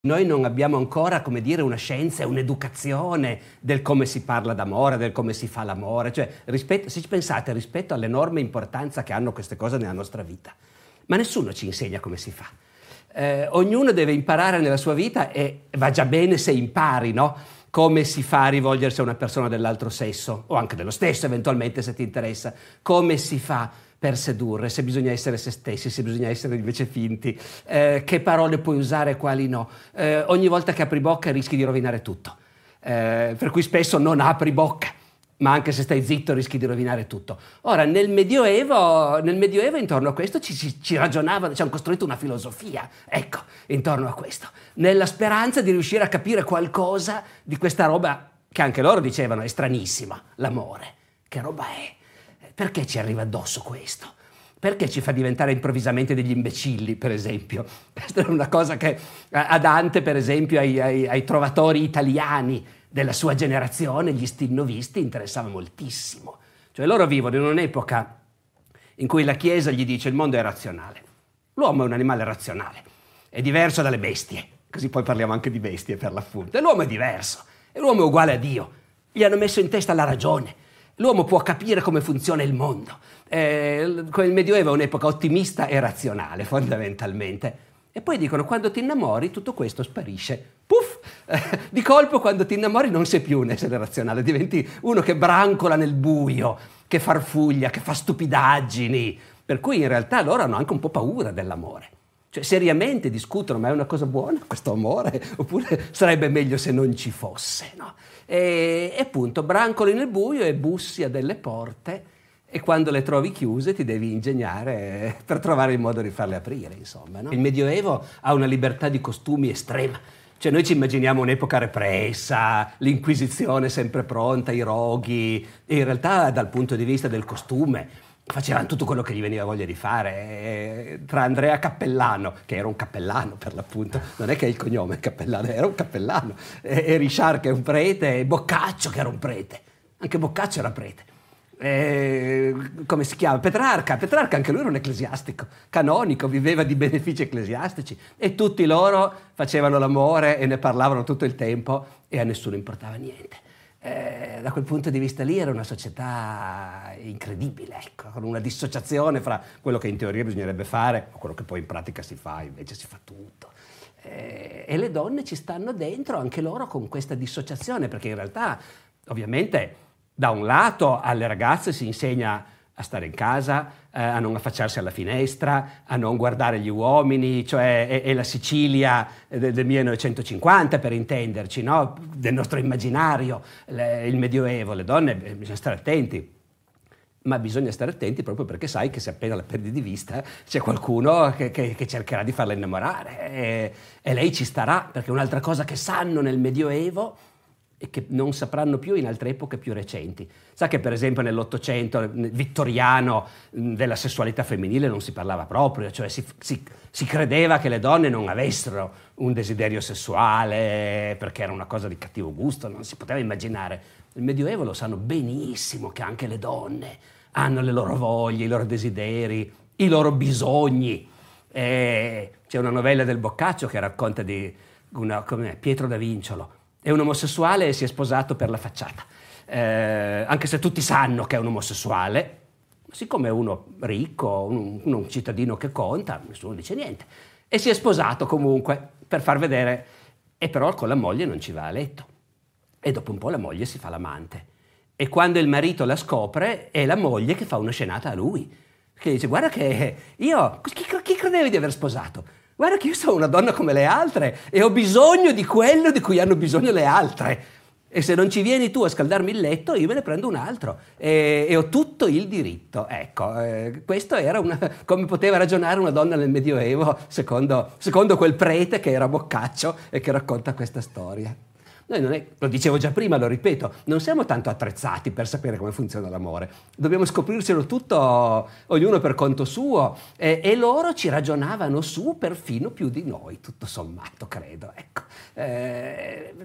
Noi non abbiamo ancora, come dire, una scienza e un'educazione del come si parla d'amore, del come si fa l'amore, cioè se ci pensate rispetto all'enorme importanza che hanno queste cose nella nostra vita, ma nessuno ci insegna come si fa. Ognuno deve imparare nella sua vita e va già bene se impari, no? Come si fa a rivolgersi a una persona dell'altro sesso, o anche dello stesso eventualmente se ti interessa, come si fa per sedurre, se bisogna essere se stessi, se bisogna essere invece finti, che parole puoi usare e quali no. Ogni volta che apri bocca rischi di rovinare tutto, per cui spesso non apri bocca, ma anche se stai zitto rischi di rovinare tutto. Ora, nel Medioevo intorno a questo ci ragionavano, ci hanno costruito una filosofia, ecco, intorno a questo, nella speranza di riuscire a capire qualcosa di questa roba che anche loro dicevano è stranissima, l'amore. Che roba è? Perché ci arriva addosso questo? Perché ci fa diventare improvvisamente degli imbecilli, per esempio? Questa è una cosa che a Dante, per esempio, ai trovatori italiani della sua generazione, gli stinnovisti, interessava moltissimo. Cioè loro vivono in un'epoca in cui la Chiesa gli dice il mondo è razionale. L'uomo è un animale razionale, è diverso dalle bestie, così poi parliamo anche di bestie per l'appunto. E l'uomo è diverso, e l'uomo è uguale a Dio. Gli hanno messo in testa la ragione. L'uomo può capire come funziona il mondo. Il Medioevo è un'epoca ottimista e razionale, fondamentalmente. E poi dicono, quando ti innamori tutto questo sparisce. Puff! Di colpo quando ti innamori non sei più un essere razionale, diventi uno che brancola nel buio, che farfuglia, che fa stupidaggini. Per cui in realtà loro hanno anche un po' paura dell'amore. Cioè seriamente discutono, ma è una cosa buona questo amore? Oppure sarebbe meglio se non ci fosse, no? E appunto brancoli nel buio e bussi a delle porte e quando le trovi chiuse ti devi ingegnare per trovare il modo di farle aprire, insomma, no? Il Medioevo ha una libertà di costumi estrema. Cioè noi ci immaginiamo un'epoca repressa, l'Inquisizione sempre pronta, i roghi, e in realtà dal punto di vista del costume facevano tutto quello che gli veniva voglia di fare. Tra Andrea Cappellano, che era un cappellano per l'appunto, non è che è il cognome Cappellano, era un cappellano, e Richard che è un prete, e Boccaccio che era un prete, anche Boccaccio era prete. Come si chiama? Petrarca anche lui era un ecclesiastico, canonico, viveva di benefici ecclesiastici e tutti loro facevano l'amore e ne parlavano tutto il tempo e a nessuno importava niente. Da quel punto di vista lì era una società incredibile, ecco, con una dissociazione fra quello che in teoria bisognerebbe fare o quello che poi in pratica si fa, invece si fa tutto. E le donne ci stanno dentro anche loro con questa dissociazione, perché in realtà ovviamente da un lato alle ragazze si insegna a stare in casa, a non affacciarsi alla finestra, a non guardare gli uomini, cioè è la Sicilia del 1950 per intenderci, no? Del nostro immaginario, il Medioevo, le donne bisogna stare attenti. Ma bisogna stare attenti proprio perché sai che se appena la perdi di vista c'è qualcuno che cercherà di farla innamorare e lei ci starà, perché un'altra cosa che sanno nel Medioevo e che non sapranno più in altre epoche più recenti. Sa che per esempio nell'Ottocento vittoriano della sessualità femminile non si parlava proprio, cioè si credeva che le donne non avessero un desiderio sessuale perché era una cosa di cattivo gusto, non si poteva immaginare. Nel Medioevo lo sanno benissimo che anche le donne hanno le loro voglie, i loro desideri, i loro bisogni. C'è una novella del Boccaccio che racconta di Pietro da Vinciolo. È un omosessuale e si è sposato per la facciata. Anche se tutti sanno che è un omosessuale, siccome è uno ricco, un cittadino che conta, nessuno dice niente. E si è sposato comunque per far vedere, e però con la moglie non ci va a letto. E dopo un po' la moglie si fa l'amante. E quando il marito la scopre, è la moglie che fa una scenata a lui. Che dice, guarda che io, chi credevi di aver sposato? Guarda che io sono una donna come le altre e ho bisogno di quello di cui hanno bisogno le altre. E se non ci vieni tu a scaldarmi il letto, io me ne prendo un altro. E ho tutto il diritto. Ecco, questo era come poteva ragionare una donna nel Medioevo, secondo quel prete che era Boccaccio e che racconta questa storia. Noi lo dicevo già prima, lo ripeto, non siamo tanto attrezzati per sapere come funziona l'amore. Dobbiamo scoprircelo tutto, ognuno per conto suo, e loro ci ragionavano su perfino più di noi, tutto sommato, credo. Ecco.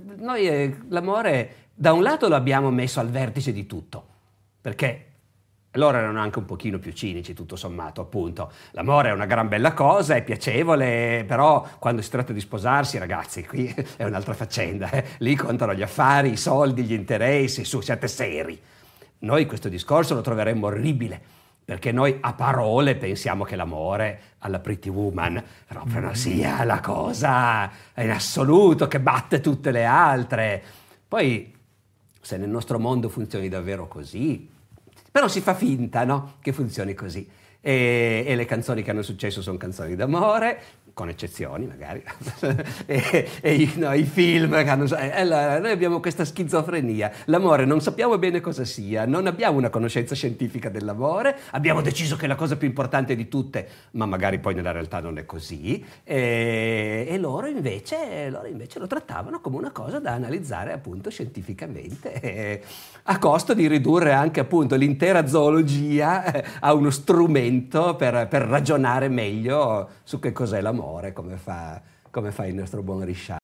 Noi l'amore, da un lato lo abbiamo messo al vertice di tutto, perché Loro erano anche un pochino più cinici, tutto sommato, appunto. L'amore è una gran bella cosa, è piacevole, però quando si tratta di sposarsi, ragazzi, qui è un'altra faccenda. Lì contano gli affari, i soldi, gli interessi, su, siate seri. Noi questo discorso lo troveremmo orribile, perché noi a parole pensiamo che l'amore alla Pretty Woman proprio non sia la cosa in assoluto che batte tutte le altre. Poi, se nel nostro mondo funzioni davvero così, però si fa finta, no? Che funzioni così. E le canzoni che hanno successo sono canzoni d'amore, con eccezioni magari, i film che hanno... Allora, noi abbiamo questa schizofrenia, l'amore non sappiamo bene cosa sia, non abbiamo una conoscenza scientifica dell'amore, abbiamo deciso che è la cosa più importante di tutte, ma magari poi nella realtà non è così, e loro invece lo trattavano come una cosa da analizzare appunto scientificamente, a costo di ridurre anche appunto l'intera zoologia a uno strumento per ragionare meglio su che cos'è l'amore, come fa il nostro buon Richard.